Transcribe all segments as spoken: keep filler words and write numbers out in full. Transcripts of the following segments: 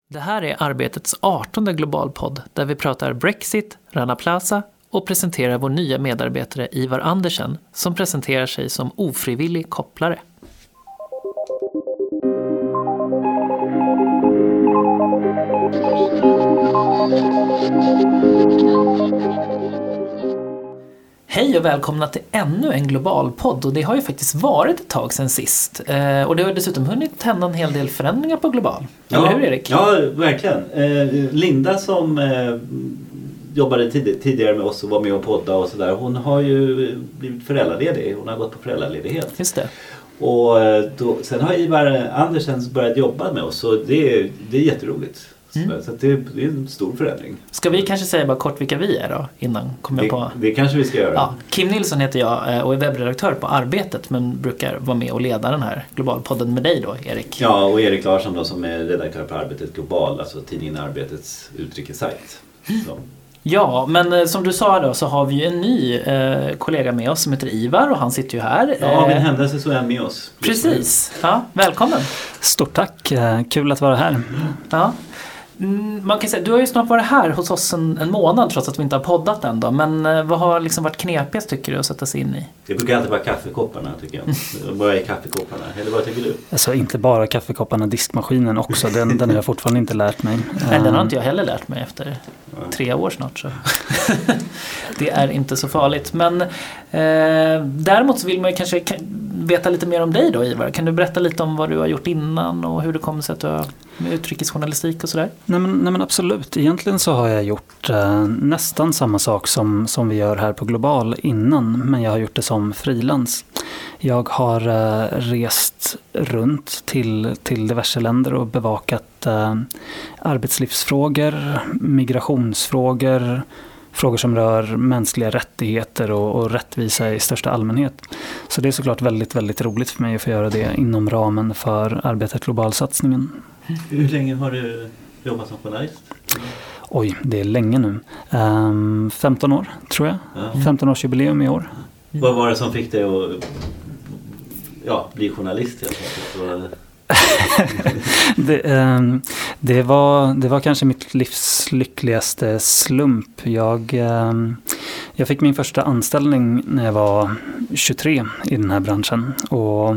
Det här är Arbetets artonde globalpodd där vi pratar Brexit, Rana Plaza och presenterar vår nya medarbetare Ivar Andersen som presenterar sig som ofrivillig kopplare. Hej och välkomna till ännu en globalpodd, och det har ju faktiskt varit ett tag sedan sist. Eh, och det har dessutom hunnit hända en hel del förändringar på global. Ja, eller hur, Erik? Ja, verkligen. Eh, Linda som eh, jobbade tid- tidigare med oss och var med och podda och sådär, hon har ju blivit föräldraledig. Hon har gått på föräldraledighet. Just det. Och då, sen har Ivar Andersen börjat jobba med oss, och det är, det är jätteroligt. Mm. Så det, det är en stor förändring. Ska vi kanske säga bara kort vilka vi är då, innan kommer jag på... Det kanske vi ska göra. Ja, Kim Nilsson heter jag och är webbredaktör på Arbetet, men brukar vara med och leda den här globalpodden med dig då, Erik. Ja, och Erik Larsson då, som är redaktör på Arbetet Global, alltså tidningen Arbetets utrikessajt. Så. Ja, men som du sa då så har vi ju en ny eh, kollega med oss som heter Ivar, och han sitter ju här. Ja, av en händelse så är han med oss. Precis, ja, välkommen. Stort tack, kul att vara här. Ja. Man kan säga, du har ju snart varit här hos oss en, en månad trots att vi inte har poddat än då. Men eh, vad har liksom varit knepigast tycker du att sätta sig in i? Det brukar alltid vara kaffekopparna tycker jag. Bara i kaffekopparna. Eller vad tycker du? Alltså inte bara kaffekopparna, diskmaskinen också. Den, den har jag fortfarande inte lärt mig. Nej, den har inte jag heller lärt mig efter tre år snart. Så. Det är inte så farligt. Men eh, däremot så vill man ju kanske veta lite mer om dig då, Ivar. Kan du berätta lite om vad du har gjort innan och hur det kommer sig att du har med utrikesjournalistik och sådär? Nej men, nej men absolut. Egentligen så har jag gjort eh, nästan samma sak som, som vi gör här på Global innan, men jag har gjort det som frilans. Jag har eh, rest runt till, till diverse länder och bevakat eh, arbetslivsfrågor, migrationsfrågor, frågor som rör mänskliga rättigheter och, och rättvisa i största allmänhet. Så det är såklart väldigt, väldigt roligt för mig att få göra det inom ramen för Arbetet Global-satsningen. Hur länge har du jobbat som journalist? Oj, det är länge nu. Um, femton år, tror jag. Ja. femton års jubileum i år. Mm. Vad var det som fick dig att ja, bli journalist? Helt enkelt? det, um, det, var, det var kanske mitt livs lyckligaste slump. Jag, um, jag fick min första anställning när jag var tjugotre i den här branschen. Och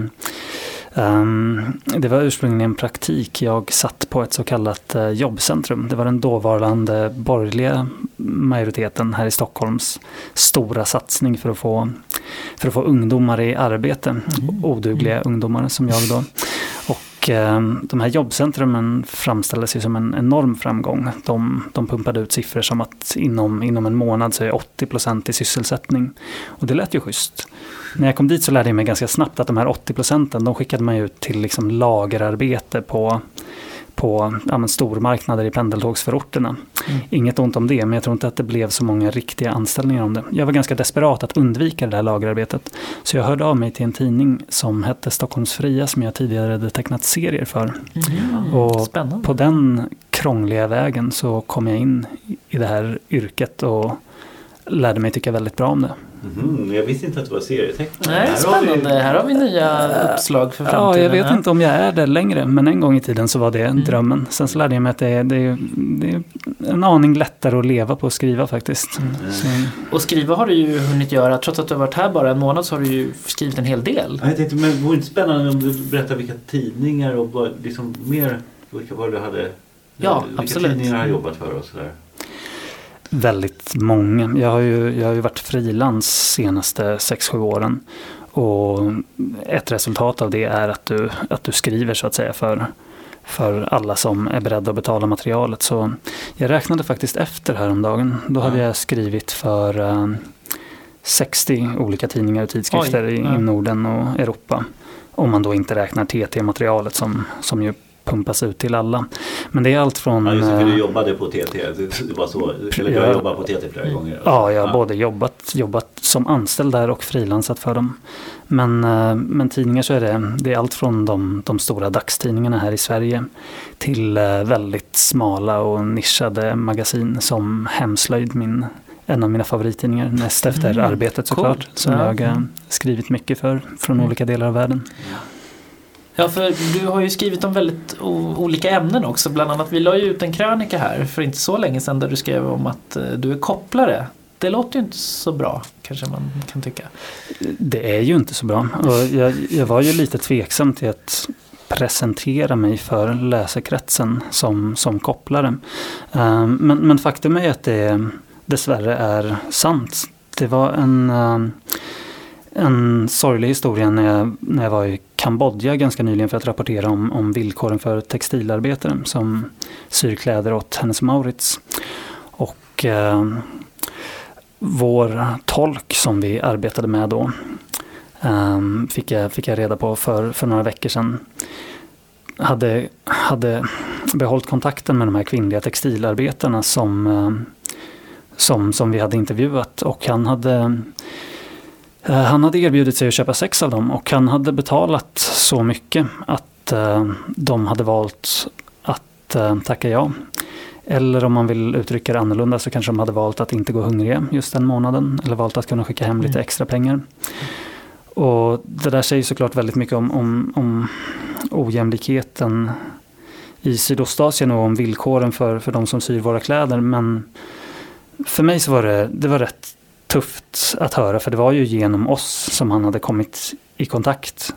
Um, det var ursprungligen en praktik. Jag satt på ett så kallat uh, jobbcentrum. Det var den dåvarande borgerliga majoriteten här i Stockholms stora satsning för att få, för att få ungdomar i arbete. Mm. Odugliga mm. ungdomar som jag då. Och um, de här jobbcentrumen framställdes ju som en enorm framgång. De, de pumpade ut siffror som att inom, inom en månad så är åttio procent i sysselsättning. Och det lät ju schysst. När jag kom dit så lärde jag mig ganska snabbt att de här åttio procenten, de skickade man ut till liksom lagerarbete på, på ja, men stormarknader i pendeltågsförorterna. Mm. Inget ont om det, men jag tror inte att det blev så många riktiga anställningar om det. Jag var ganska desperat att undvika det här lagerarbetet. Så jag hörde av mig till en tidning som hette Stockholms Fria, som jag tidigare hade tecknat serier för. Mm. Och spännande. På den krångliga vägen så kom jag in i det här yrket och lärde mig tycka väldigt bra om det. Mm, jag visste inte att det var serietecknare. Nej, här spännande. Har vi... Här har vi nya uppslag för framtiden. Ja, jag vet inte om jag är det längre, men en gång i tiden så var det mm. drömmen. Sen så lärde jag mig att det är, det, är, det är en aning lättare att leva på att skriva faktiskt. Mm. Så. Och skriva har du ju hunnit göra. Trots att du har varit här bara en månad så har du ju skrivit en hel del. Jag tänkte, men det vore inte spännande om du berättar vilka tidningar och bara, liksom mer vilka var du hade, ja, vilka absolut. tidningar har jobbat för och sådär. Väldigt många. Jag har ju, jag har ju varit frilans senaste sex sju åren. Och ett resultat av det är att du, att du skriver så att säga för, för alla som är beredda att betala materialet. Så jag räknade faktiskt efter häromdagen. Då hade jag skrivit för uh, sextio olika tidningar och tidskrifter i, i Norden och Europa. Om man då inte räknar T T-materialet som, som ju pumpas ut till alla. Men det är allt från... Ja, just det, för du jobbade på T T. Det var så. Eller du har jobbat på T T flera gånger. Ja, jag har ja. både jobbat, jobbat som anställd där och frilansat för dem. Men, men tidningar så är det, det är allt från de, de stora dagstidningarna här i Sverige till väldigt smala och nischade magasin som Hemslöjd, min, en av mina favorittidningar, näst efter mm, Arbetet såklart. Cool. Som ja. jag har skrivit mycket för från mm. olika delar av världen. Ja. Ja, för du har ju skrivit om väldigt o- olika ämnen också. Bland annat, vi la ju ut en krönika här för inte så länge sedan där du skrev om att eh, du är kopplare. Det låter ju inte så bra, kanske man kan tycka. Det är ju inte så bra. Och jag, jag var ju lite tveksam till att presentera mig för läsekretsen som, som kopplare. Um, men, men faktum är att det dessvärre är sant. Det var en, um, en sorglig historia när jag, när jag var i Kambodja ganska nyligen för att rapportera om, om villkoren för textilarbetare som syr kläder åt Hennes och Mauritz. Och um, vår tolk som vi arbetade med då um, fick, jag, fick jag reda på för, för några veckor sedan hade, hade behållit kontakten med de här kvinnliga textilarbetarna som, um, som, som vi hade intervjuat, och han hade, uh, han hade erbjudit sig att köpa sex av dem, och han hade betalat så mycket att uh, de hade valt att uh, tacka ja. Eller om man vill uttrycka det annorlunda så kanske de hade valt att inte gå hungriga just den månaden. Eller valt att kunna skicka hem lite extra pengar. Och det där säger såklart väldigt mycket om, om, om ojämlikheten i Sydostasien och om villkoren för, för de som syr våra kläder. Men för mig så var det, det var rätt tufft att höra. För det var ju genom oss som han hade kommit i kontakt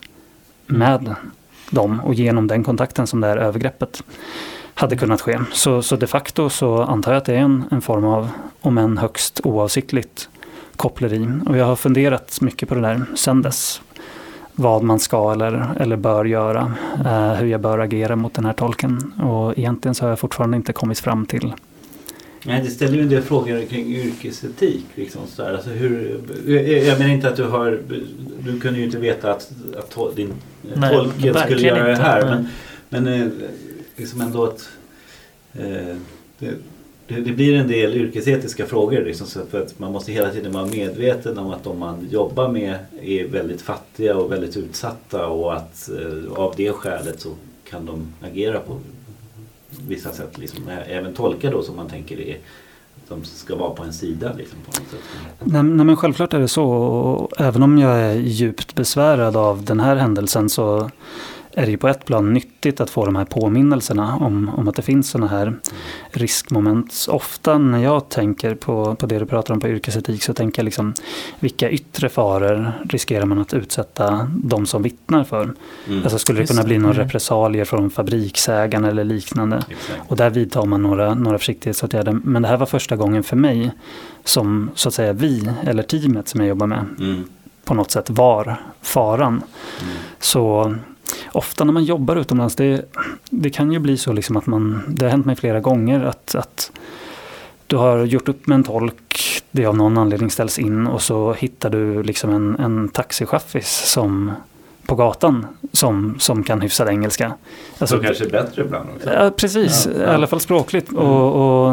med dem. Och genom den kontakten som det här övergreppet hade kunnat ske. Så, så de facto så antar jag att det är en, en form av, om än högst oavsiktligt, koppleri. Och jag har funderat mycket på det där sedan dess. Vad man ska eller, eller bör göra. Eh, hur jag bör agera mot den här tolken. Och egentligen så har jag fortfarande inte kommit fram till. Nej, det ställer ju en del frågor kring yrkesetik. Liksom, så där. Alltså hur, jag menar inte att du har... Du kunde ju inte veta att, att din Nej, tolken skulle göra det här. Inte. Men... men liksom ändå att eh, det, det, det blir en del yrkesetiska frågor liksom, så för att man måste hela tiden vara medveten om att de man jobbar med är väldigt fattiga och väldigt utsatta, och att eh, av det skälet så kan de agera på vissa sätt liksom, även tolka då som man tänker är att de ska vara på en sida liksom, på något sätt. Nej, nej men självklart är det så, och även om jag är djupt besvärad av den här händelsen så är det ju på ett plan nyttigt att få de här påminnelserna om, om att det finns såna här riskmoment. Ofta när jag tänker på, på det du pratar om på yrkesetik så tänker jag liksom, vilka yttre faror riskerar man att utsätta de som vittnar för? Mm. Alltså skulle det kunna bli några repressalier från fabriksägaren eller liknande? Exakt. Och där vidtar man några, några försiktighetsåtgärder. Men det här var första gången för mig som så att säga vi, eller teamet som jag jobbar med, mm. på något sätt var faran. Mm. Så... Ofta när man jobbar utomlands, det, det kan ju bli så liksom att man, det har hänt mig flera gånger att, att du har gjort upp med en tolk, det av någon anledning ställs in, och så hittar du liksom en, en taxichaffis som på gatan som, som kan hyfsad engelska. Alltså, så kanske bättre ibland också. Ja, precis, ja, ja. I alla fall språkligt. Mm. Och, och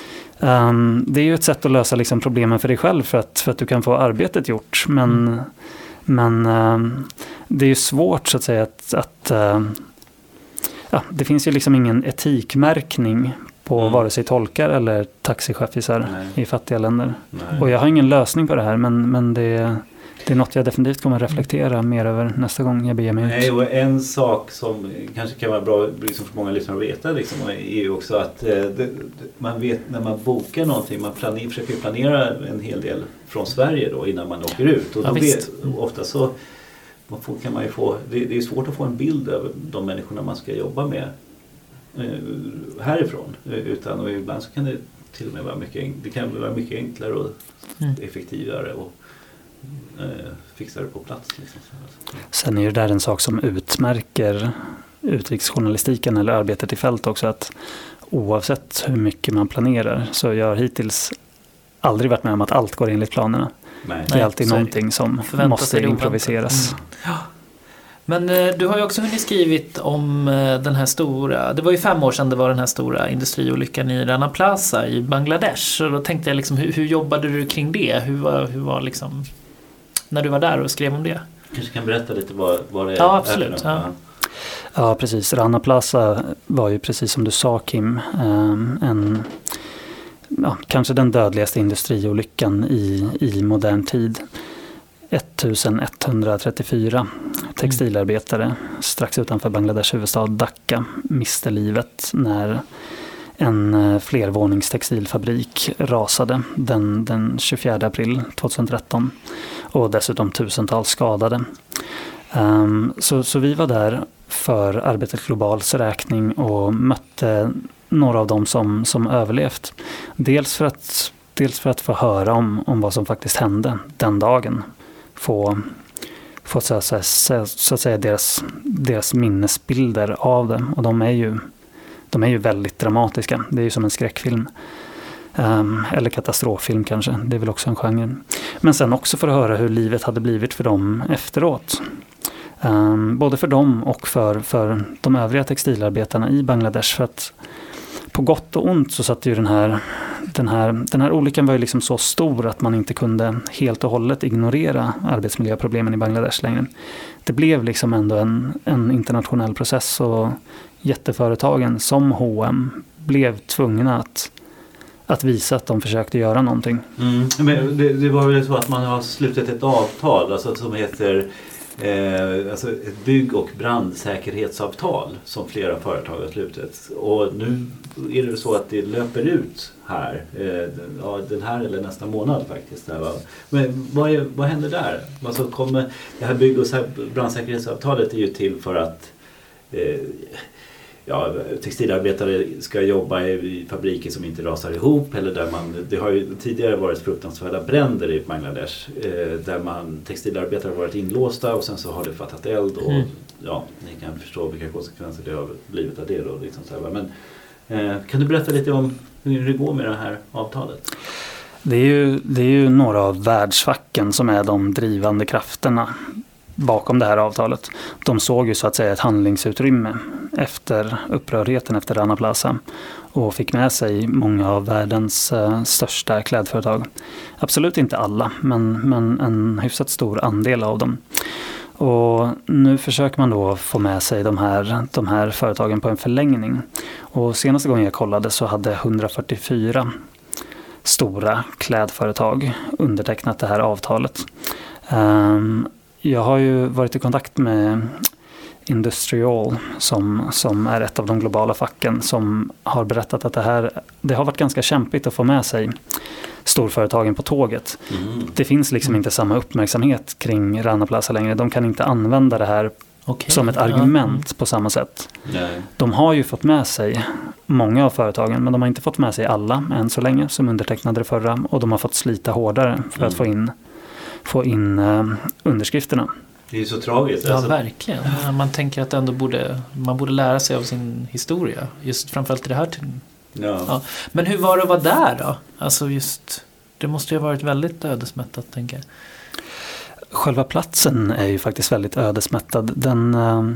um, det är ju ett sätt att lösa liksom problemen för dig själv för att, för att du kan få arbetet gjort, men mm. Men uh, det är ju svårt så att säga att, att uh, ja, det finns ju liksom ingen etikmärkning på mm. vare sig tolkar eller taxichaffisar i fattiga länder. Nej. Och jag har ingen lösning på det här, men, men det, det är något jag definitivt kommer att reflektera mer över nästa gång jag beger mig ut. Nej, och en sak som kanske kan vara bra liksom för många lyssnare att veta liksom, är ju också att eh, det, man vet när man bokar någonting, man planer, försöker planera en hel del från Sverige då innan man åker ut. Och ja, då vet, ofta så man får, kan man ju få, det, det är svårt att få en bild över de människorna man ska jobba med eh, härifrån. Utan, och ibland så kan det till och med vara mycket, det kan vara mycket enklare och mm. effektivare och fixar det på plats. Liksom. Sen är det där en sak som utmärker utrikesjournalistiken eller arbetet i fält också, att oavsett hur mycket man planerar så jag har hittills aldrig varit med om att allt går enligt planerna. Nej. Det är alltid Nej, någonting som måste improviseras. Mm. Ja. Men eh, du har ju också hunnit skrivit om eh, den här stora, det var ju fem år sedan det var den här stora industriolyckan i Rana Plaza i Bangladesh, och då tänkte jag liksom, hur, hur jobbade du kring det? Hur var, hur var liksom, när du var där och skrev om det? Kanske kan berätta lite vad, vad det är. Ja, absolut. Ja. ja, precis. Rana Plaza var ju precis som du sa, Kim, en, ja, kanske den dödligaste industriolyckan i, i modern tid. ettusenetthundratrettiofyra textilarbetare strax utanför Bangladesh huvudstad Dhaka miste livet när en flervåningstextilfabrik rasade den, den tjugofjärde april tjugohundratretton och dessutom tusentals skadade. Um, så, så vi var där för Arbetet Globals räkning och mötte några av dem som, som överlevt. Dels för att, dels för att få höra om, om vad som faktiskt hände den dagen. Få, få så, så, så, så att säga deras, deras minnesbilder av det. Och de är ju, de är ju väldigt dramatiska. Det är ju som en skräckfilm. Um, eller katastroffilm kanske. Det är väl också en genre. Men sen också för att höra hur livet hade blivit för dem efteråt. Um, både för dem och för, för de övriga textilarbetarna i Bangladesh. För att på gott och ont så satt ju den här, den här, den här olyckan var ju liksom så stor att man inte kunde helt och hållet ignorera arbetsmiljöproblemen i Bangladesh längre. Det blev liksom ändå en, en internationell process och jätteföretagen som H och M blev tvungna att, att visa att de försökte göra någonting. Mm. Men det, det var väl så att man har slutit ett avtal alltså, som heter Eh, alltså ett bygg- och brandsäkerhetsavtal som flera företag har slutit. Och nu är det så att det löper ut här, eh, ja, den här eller nästa månad faktiskt. Där, va? Men vad, är, vad händer där? Alltså kommer, det här bygg- och brandsäkerhetsavtalet är ju till för att eh, ja, textilarbetare ska jobba i fabriker som inte rasar ihop eller där man, det har ju tidigare varit fruktansvärda bränder i Bangladesh eh, där man, textilarbetare har varit inlåsta och sen så har det fattat eld och mm. ja, ni kan förstå vilka konsekvenser det har blivit av det då liksom så här. Men eh, kan du berätta lite om hur det går med det här avtalet? Det är ju, det är ju några av världsfacken som är de drivande krafterna bakom det här avtalet. De såg ju så att säga ett handlingsutrymme efter upprördheten efter Rana Plaza och fick med sig många av världens uh, största klädföretag. Absolut inte alla, men, men en hyfsat stor andel av dem. Och nu försöker man då få med sig de här, de här företagen på en förlängning. Och senaste gången jag kollade så hade hundrafyrtiofyra stora klädföretag undertecknat det här avtalet. Um, Jag har ju varit i kontakt med Industrial som, som är ett av de globala facken som har berättat att det här det har varit ganska kämpigt att få med sig storföretagen på tåget. Mm. Det finns liksom inte samma uppmärksamhet kring Rana Plaza längre. De kan inte använda det här okay. som ett argument ja. på samma sätt. Nej. De har ju fått med sig många av företagen men de har inte fått med sig alla än så länge som undertecknade det förra och de har fått slita hårdare för mm. att få in få in uh, underskrifterna. Det är ju så tragiskt. Ja, alltså. verkligen. Man tänker att ändå borde, man borde lära sig av sin historia. Just framförallt i det här. Ja. Ja. Men hur var det att vara där då? Alltså just, det måste ju ha varit väldigt ödesmättat, tänker jag. Själva platsen är ju faktiskt väldigt ödesmättad. Den... Uh,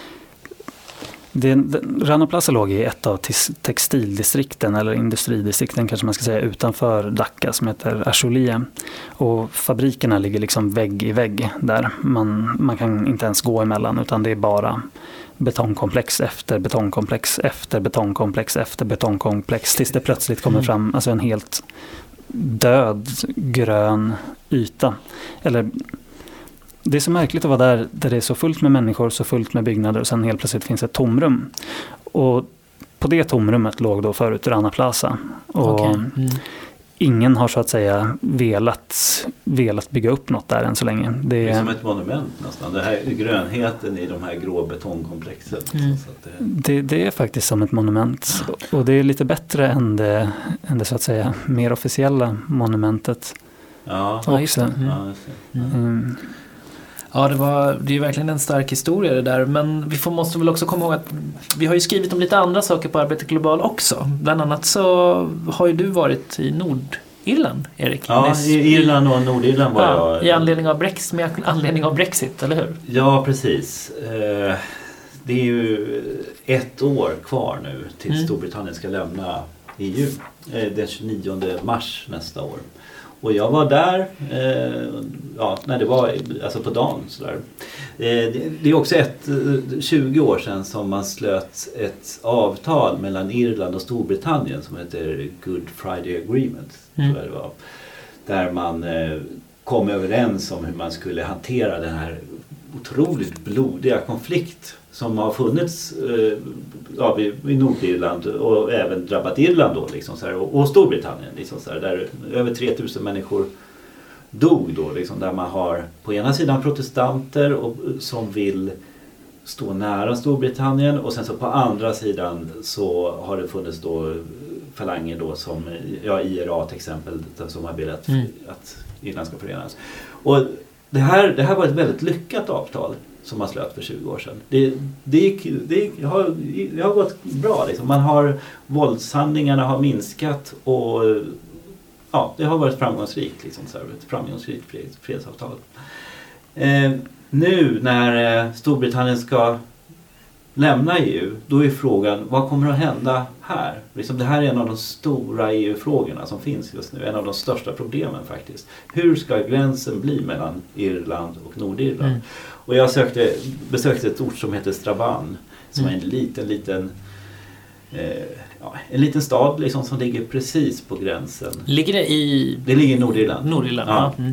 Det, Rana Plaza låg i ett av textildistrikten eller industridistrikten kanske man ska säga utanför Dhaka som heter Ashulia och fabrikerna ligger liksom vägg i vägg där man, man kan inte ens gå emellan utan det är bara betongkomplex efter betongkomplex efter betongkomplex efter betongkomplex tills det plötsligt kommer fram alltså en helt död grön yta eller det är så märkligt att vara där där det är så fullt med människor, så fullt med byggnader och sen helt plötsligt finns ett tomrum. Och på det tomrummet låg då förut Rana Plaza. Och okay. mm. ingen har så att säga velat, velat bygga upp något där än så länge. Det är, det är som ett monument nästan. Det här grönheten i de här grå betongkomplexen. Mm. Så att det... Det, det är faktiskt som ett monument. Och det är lite bättre än det, än det så att säga mer officiella monumentet. Ja, ja just det. Mm. Ja, just det. Mm. Mm. Ja, det, var, det är ju verkligen en stark historia det där. Men vi får, måste väl också komma ihåg att vi har ju skrivit om lite andra saker på Arbetet Global också. Bland annat så har ju du varit i Nordirland, Erik. Ja, i Irland och Nordirland var ja, jag. I anledning av, Brexit, med anledning av Brexit, eller hur? Ja, precis. Det är ju ett år kvar nu till mm. Storbritannien ska lämna E U. Den tjugonionde mars nästa år. Och jag var där, eh, ja, när det var alltså på dagen. Sådär. Eh, det, det är också ett, tjugo år sedan som man slöt ett avtal mellan Irland och Storbritannien som heter Good Friday Agreement. Mm. Tror jag det var, där man eh, kom överens om hur man skulle hantera den här otroligt blodiga konflikt som har funnits eh, ja, i Nordirland och även drabbat Irland då, liksom, så här, och, och Storbritannien liksom, så här, där över tre tusen människor dog då, liksom, där man har på ena sidan protestanter och, som vill stå nära Storbritannien, och sen så på andra sidan så har det funnits då falanger då som, ja, I R A till exempel, som har velat mm. att Irland ska förenas. Och det här, det här var ett väldigt lyckat avtal som man slöt för tjugo år sedan. Det, det, gick, det, gick, har, det har gått bra. Liksom. Man har, våldshandlingarna har minskat och ja, det har varit framgångsrikt. Liksom, så här, ett framgångsrikt freds, fredsavtal. Eh, nu när eh, Storbritannien ska lämna E U, då är frågan, vad kommer att hända här? Liksom, det här är en av de stora E U-frågorna som finns just nu. En av de största problemen faktiskt. Hur ska gränsen bli mellan Irland och Nordirland? Mm. Och jag sökte, besökte ett ort som heter Strabane, som mm. är en liten, liten eh, ja, en liten stad liksom, som ligger precis på gränsen. Ligger det i... Det ligger i Nordirland. Nordirland, ja. ja. Mm.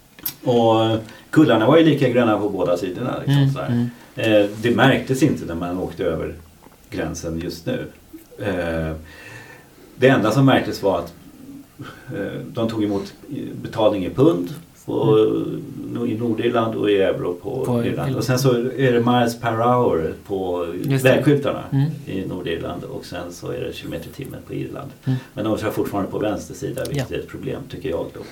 Och kullarna var ju lika gröna på båda sidorna. Liksom, mm. sådär. Mm. Eh, det märktes inte när man åkte över gränsen just nu. Eh, det enda som märktes var att eh, de tog emot betalning i pund på, mm. i Nordirland och i euro på, på Irland. Irland. Och sen så är det miles per hour på vägskyltarna mm. i Nordirland, och sen så är det kilometer i timmen på Irland. Mm. Men de kör fortfarande på vänster sida, vilket ja. är ett problem tycker jag då.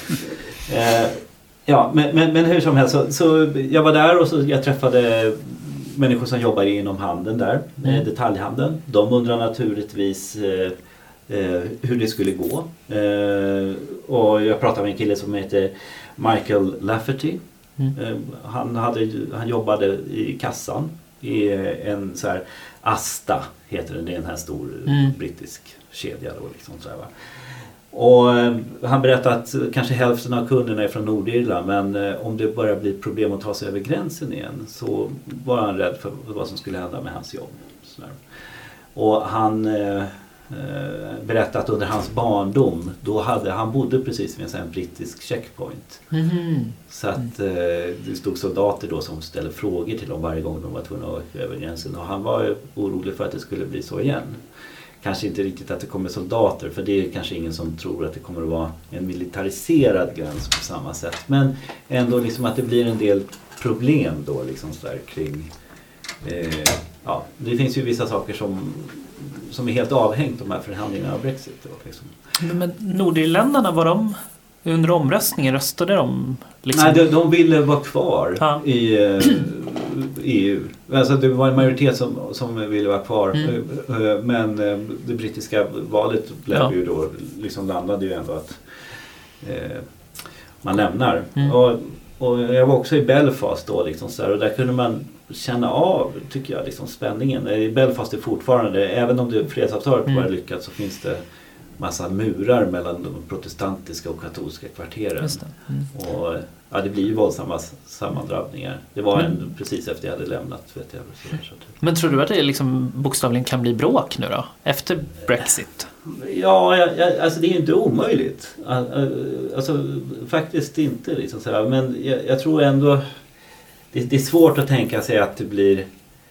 eh, Ja, men, men, men hur som helst så, så jag var där och så jag träffade människor som jobbar inom handeln där, mm. detaljhandeln. De undrar naturligtvis eh, eh, hur det skulle gå. Eh, och jag pratade med en kille som heter Michael Lafferty. Mm. Eh, han, hade, han jobbade i kassan i en så här Asta heter det, det är en här stor mm. brittisk kedja då liksom så här, va. Och eh, han berättade att kanske hälften av kunderna är från Nordirland, men eh, om det börjar bli problem att ta sig över gränsen igen så var han rädd för vad som skulle hända med hans jobb. Sådär. Och han eh, berättade att under hans barndom då hade han bodde precis vid en brittisk checkpoint. Mm-hmm. Så att eh, det stod soldater då som ställde frågor till dem varje gång de var tvungna att åka över gränsen, och han var orolig för att det skulle bli så igen. Kanske inte riktigt att det kommer soldater, för det är kanske ingen som tror att det kommer att vara en militariserad gräns på samma sätt. Men ändå liksom att det blir en del problem då liksom så där kring... Eh, ja, det finns ju vissa saker som, som är helt avhängt de här förhandlingarna av Brexit. Då, liksom. Men, men Nordirländarna, var de under omröstningen, röstade de? Liksom? Nej, de, de ville vara kvar ja. i eh, E U. Alltså det var en majoritet som, som ville vara kvar. Mm. Men det brittiska valet blev ja. ju då, liksom landade ju ändå att eh, man lämnar. Mm. Och, och jag var också i Belfast då liksom så här, och där kunde man känna av, tycker jag, liksom spänningen. I Belfast är fortfarande, även om det fredsavtalet mm. var lyckat, så finns det massa murar mellan de protestantiska och katolska kvarteren. Just det. Mm. Och ja, det blir ju våldsamma sammandrabbningar. Det var en mm. precis efter jag hade lämnat. Vet jag, så, så. Men tror du att det liksom bokstavligen kan bli bråk nu då? Efter Brexit? Ja, jag, jag, alltså det är ju inte omöjligt. Alltså faktiskt inte. Liksom så här. Men jag, jag tror ändå det, det är svårt att tänka sig att det blir...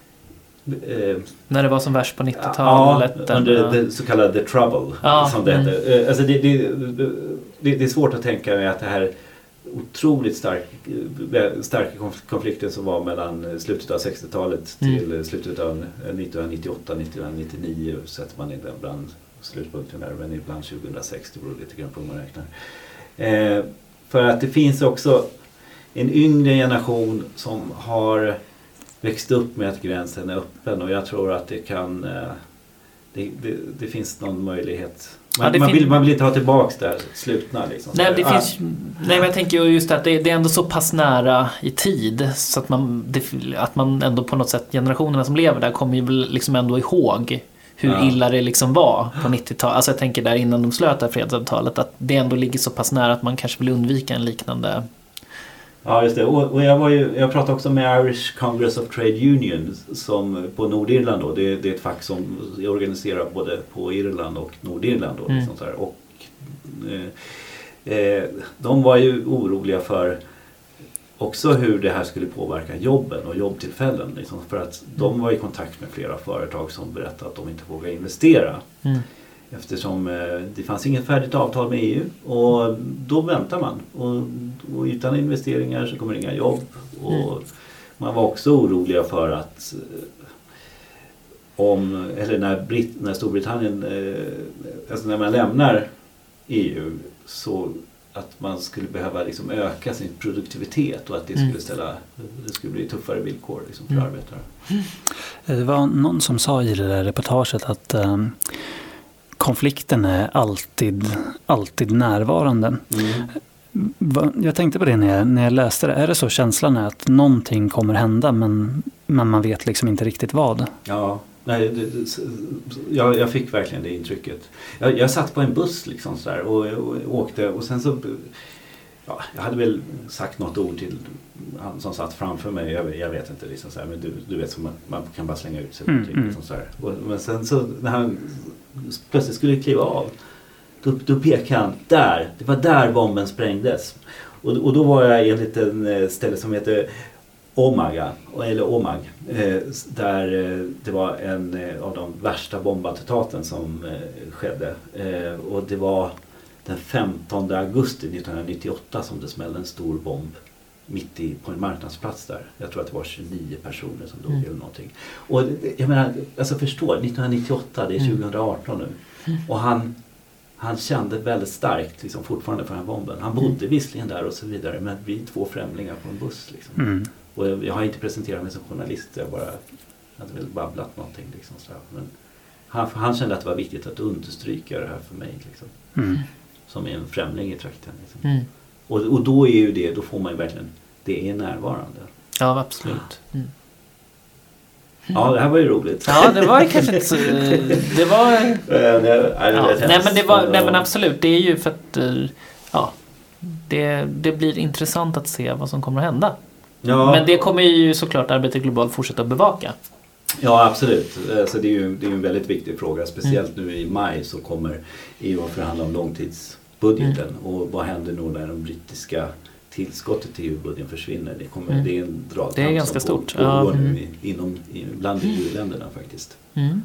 Eh, när det var som värst på nittiotalet. Ja, under det så kallade The Trouble. Ja, som det mm. heter. Alltså det, det, det, det är svårt att tänka mig att det här otroligt stark, starka konflikten som var mellan slutet av sextiotalet till mm. slutet av nittonhundranittioåtta nittonhundranittionio, sätter man ibland slutpunkten där, men ibland tjugohundrasex, det beror lite grann på hur man räknar. Eh, för att det finns också en yngre generation som har växt upp med att gränsen är öppen, och jag tror att det kan det, det, det finns någon möjlighet. Man, ja, man, vill, man vill inte ha tillbaka det här slutna liksom. Nej, det finns, ah. nej, men jag tänker just att det, det är ändå så pass nära i tid så att man, det, att man ändå på något sätt, generationerna som lever där kommer ju liksom ändå ihåg hur ja. illa det liksom var på nittiotalet. Alltså jag tänker där innan de slöt det här fredsavtalet, att det ändå ligger så pass nära att man kanske vill undvika en liknande. Ja, just det. Och, och jag, var ju, jag pratade också med Irish Congress of Trade Union som på Nordirland då. Det, det är ett fack som organiserar både på Irland och Nordirland då. Mm. Liksom så här. Och, eh, de var ju oroliga för också hur det här skulle påverka jobben och jobbtillfällen. Liksom, för att de var i kontakt med flera företag som berättade att de inte vågar investera. Mm. Eftersom eh, det fanns inget färdigt avtal med E U. Och då väntar man. Och, och utan investeringar så kommer det inga jobb. Och mm. man var också oroliga för att om, eller när, Brit, när Storbritannien, eh, alltså när man lämnar E U så att man skulle behöva liksom öka sin produktivitet och att det skulle ställa, det skulle bli tuffare villkor liksom för mm. arbetare. Det var någon som sa i det där reportaget att um, konflikten är alltid, alltid närvarande. Mm. Jag tänkte på det när jag, när jag läste det. Är det så känslan är att någonting kommer hända men, men man vet liksom inte riktigt vad? Ja. Nej, det, det, jag, jag fick verkligen det intrycket. Jag, jag satt på en buss liksom så där och, och, och åkte och sen så ja, jag hade väl sagt något ord till han som satt framför mig. Jag, jag vet inte liksom så här, men du, du vet som man, man kan bara slänga ut sig mm, någonting, liksom så här. Och, men sen så när han plötsligt skulle kliva av då, då pekade han där. Det var där bomben sprängdes. Och, och då var jag i en liten ställe som heter Omaga, eller Omag, där det var en av de värsta bombattentaten som skedde. Och det var den femtonde augusti nittonhundranittioåtta som det smällde en stor bomb mitt i, på en marknadsplats där. Jag tror att det var tjugonio personer som dog mm. eller någonting. Och jag menar, alltså förstår, nittonhundranittioåtta, det är tjugohundraarton nu. Mm. Och han, han kände väldigt starkt liksom, fortfarande för den här bomben. Han bodde mm. visserligen där och så vidare, men vi är två främlingar på en buss liksom. Mm. Och jag, jag har inte presenterat mig som journalist, jag bara hade väl babblat någonting liksom, så här. Men han, han kände att det var viktigt att understryka det här för mig liksom. Mm. Som är en främling i trakten liksom. Mm. och, och då är ju det, då får man ju verkligen, det är närvarande. Ja, absolut. Mm. Ja, det här var ju roligt. Ja, det var kanske inte så, det var ja, nej men det var nej men absolut, det är ju för att ja, det, det blir intressant att se vad som kommer att hända. Ja. Men det kommer ju såklart Arbetet Globalt fortsätta att bevaka. Ja, absolut. Alltså det är ju det är en väldigt viktig fråga. Speciellt mm. nu i maj så kommer E U att förhandla om långtidsbudgeten. Mm. Och vad händer nu när de brittiska tillskottet till E U-budgeten försvinner? Det, kommer, mm. det är en dragkamp det är ganska som stort. Går, ja. går nu i, inom, i, bland E U-länderna faktiskt. Mm.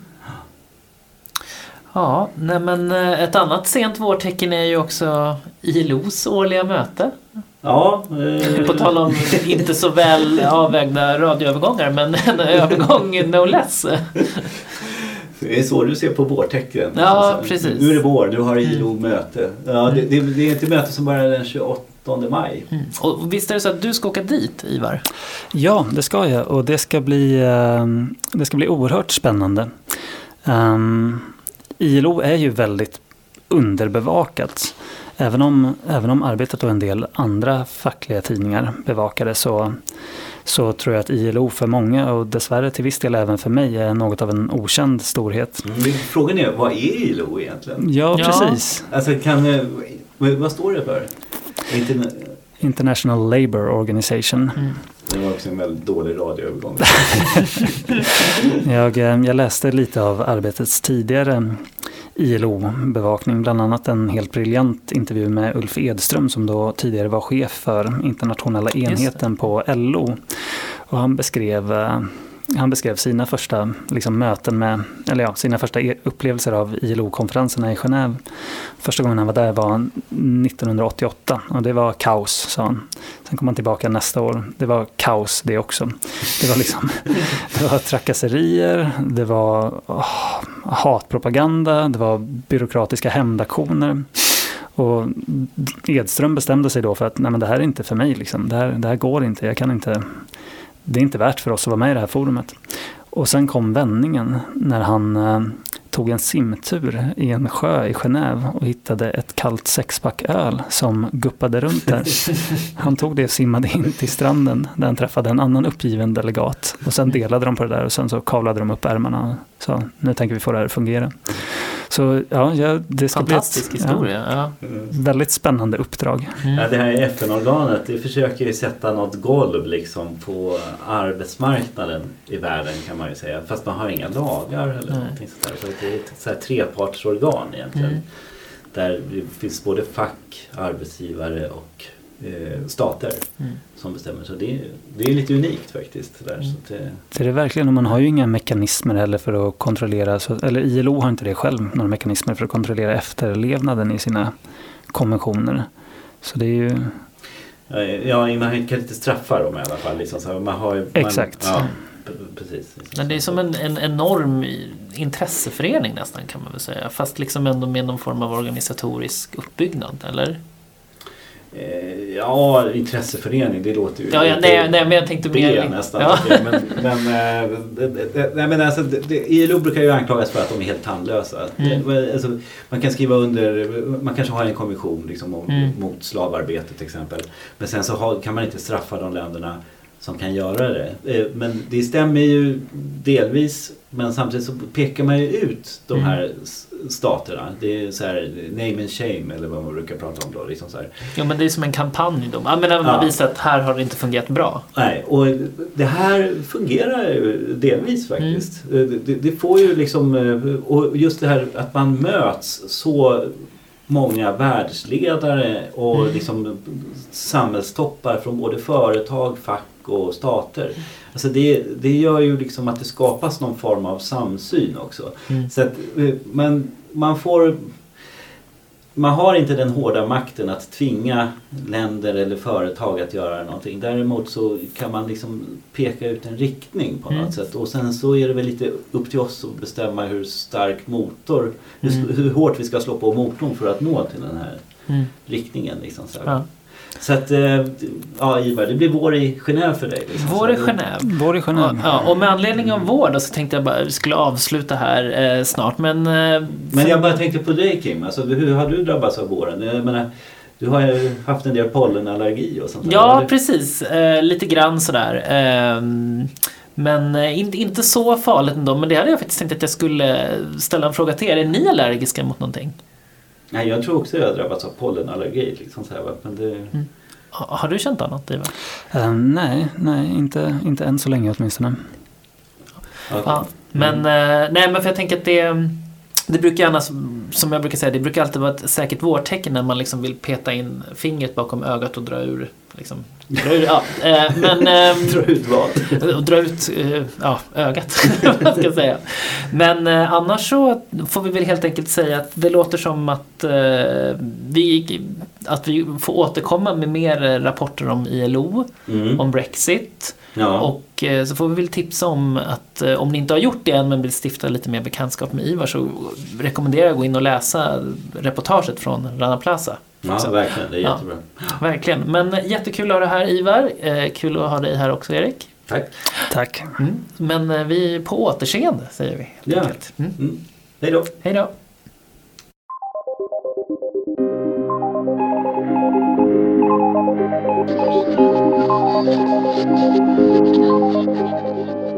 Ja, nej men ett annat sent vårtecken är ju också I L O:s årliga möte. Ja, eh. På tal om inte så väl avvägda radioövergångar, men en övergång no less. Det är så du ser på vårtecken. Ja, så, precis. Nu är det vår, du har I L O-möte. Ja, det, det, det är inte möte som börjar den tjugoåttonde maj. Mm. Och visst är det så att du ska åka dit, Ivar? Ja, det ska jag. Och det ska bli, det ska bli oerhört spännande. Um, I L O är ju väldigt underbevakat. Även om, även om Arbetet och en del andra fackliga tidningar bevakade så, så tror jag att I L O för många och dessvärre till viss del även för mig är något av en okänd storhet. Mm. Frågan är, vad är I L O egentligen? Ja, ja. Precis. Alltså, kan, vad står det för? Interna- International Labour Organization. Mm. Det var också en väldigt dålig radioövergång. jag, jag läste lite av Arbetets tidigare I L O-bevakning, bland annat en helt briljant intervju med Ulf Edström som då tidigare var chef för internationella enheten på L O. Och han beskrev, han beskrev sina första liksom, möten med, eller ja, sina första upplevelser av I L O-konferenserna i Genève. Första gången han var där var nittonhundraåttioåtta och det var kaos, sa han. Sen kom han tillbaka nästa år. Det var kaos det också. Det var liksom det var trakasserier, det var oh, hatpropaganda, det var byråkratiska hämndaktioner. Och Edström bestämde sig då för att nej, men det här är inte för mig liksom. Det här, det här går inte. Jag kan inte. Det är inte värt för oss att vara med i det här forumet. Och sen kom vändningen när han eh, tog en simtur i en sjö i Genève och hittade ett kallt sexpack öl som guppade runt där. Han tog det och simmade in till stranden där han träffade en annan uppgiven delegat. Och sen delade de på det där och sen så kavlade de upp ärmarna och sa, nu tänker vi få det här att fungera. Så ja, ja det ska fantastisk bli ett historia. Ja, väldigt spännande uppdrag. Mm. Ja, det här F N-organet, det försöker ju sätta något golv liksom på arbetsmarknaden i världen kan man ju säga. Fast man har inga lagar eller Nej. någonting sådär. Så det är ett så här trepartsorgan egentligen. Mm. där det finns både fack, arbetsgivare och eh, stater mm. som bestämmer. Så det, det är lite unikt faktiskt. Där, mm. så det, det är det verkligen, och man har ju inga mekanismer heller för att kontrollera, så, eller I L O har inte det själv, några mekanismer för att kontrollera efterlevnaden i sina konventioner. Så det är ju... Ja, man kan inte straffa dem i alla fall. Liksom, så man har, man, Exakt. Ja, precis. Men det är som en, en enorm intresseförening nästan, kan man väl säga. Fast liksom ändå med någon form av organisatorisk uppbyggnad, eller? Ja, intresseförening, det låter ju... Ja, ja nej, nej, men jag tänkte mer... nästan. Ja. Men, men, nej, men alltså, det, I L O brukar ju anklagas för att de är helt tandlösa. Mm. Det, alltså, man kan skriva under... Man kanske har en kommission liksom, om, mm. mot slavarbete till exempel. Men sen så har, kan man inte straffa de länderna som kan göra det. Men det stämmer ju delvis, men samtidigt så pekar man ju ut de här mm. staterna. Det är så här name and shame, eller vad man brukar prata om då. Liksom så här. Ja, men det är som en kampanj då. Ja, men man ja. visar att här har det inte fungerat bra. Nej, och det här fungerar ju delvis faktiskt. Mm. Det, det får ju liksom, och just det här att man möts så många världsledare och mm. liksom samhällstoppar från både företag, fack och stater. Alltså det, det gör ju liksom att det skapas någon form av samsyn också. Mm. Så att, men man får man har inte den hårda makten att tvinga länder eller företag att göra någonting. Däremot så kan man liksom peka ut en riktning på något mm. sätt. Och sen så är det väl lite upp till oss att bestämma hur stark motor, mm. hur, hur hårt vi ska slå på motorn för att nå till den här mm. riktningen. Liksom så. Ja. Så att, ja Ivar, det blir vår i Genève för dig. Liksom. Vår i Genève. Vår i Genève. Ja, och med anledning av vår då, så tänkte jag bara att vi skulle avsluta här eh, snart. Men, eh, men jag bara tänkte på dig, Kim. Alltså, hur har du drabbats av våren? Jag menar, du har ju haft en del pollenallergi och sånt. Ja, där. precis. Eh, lite grann sådär. Eh, men eh, inte, inte så farligt ändå. Men det hade jag faktiskt tänkt att jag skulle ställa en fråga till er. Är ni allergiska mot någonting? Nej, jag tror också att jag har drabbats av pollenallergi. Liksom så här, men det... mm. Har du känt annat, Ivar? Uh, nej, nej inte, inte än så länge åtminstone. Okay. Ja, men, mm. eh, nej, men för jag tänker att det, det brukar annars, som jag brukar säga, det brukar alltid vara ett säkert vårtecken när man liksom vill peta in fingret bakom ögat och dra ur liksom, dra ur, ja, eh, men eh, dra ut vad? Dra ut eh, ja, ögat, vad ska jag säga. Men eh, annars så får vi väl helt enkelt säga att det låter som att eh, vi att vi får återkomma med mer rapporter om I L O, mm. om Brexit. Ja. Och eh, så får vi väl tipsa om att eh, om ni inte har gjort det än men vill stifta lite mer bekantskap med Ivar, så rekommenderar jag att gå in och läsa reportaget från Rana Plaza. Ja, så. Verkligen, det är jättebra. Ja, verkligen, men jättekul att ha dig här, Ivar. Eh, kul att ha dig här också, Erik. Tack. Tack. Mm. Men eh, vi är på återseende, säger vi. Ja. Mm. Mm. Hej då. Hej då. Thank you.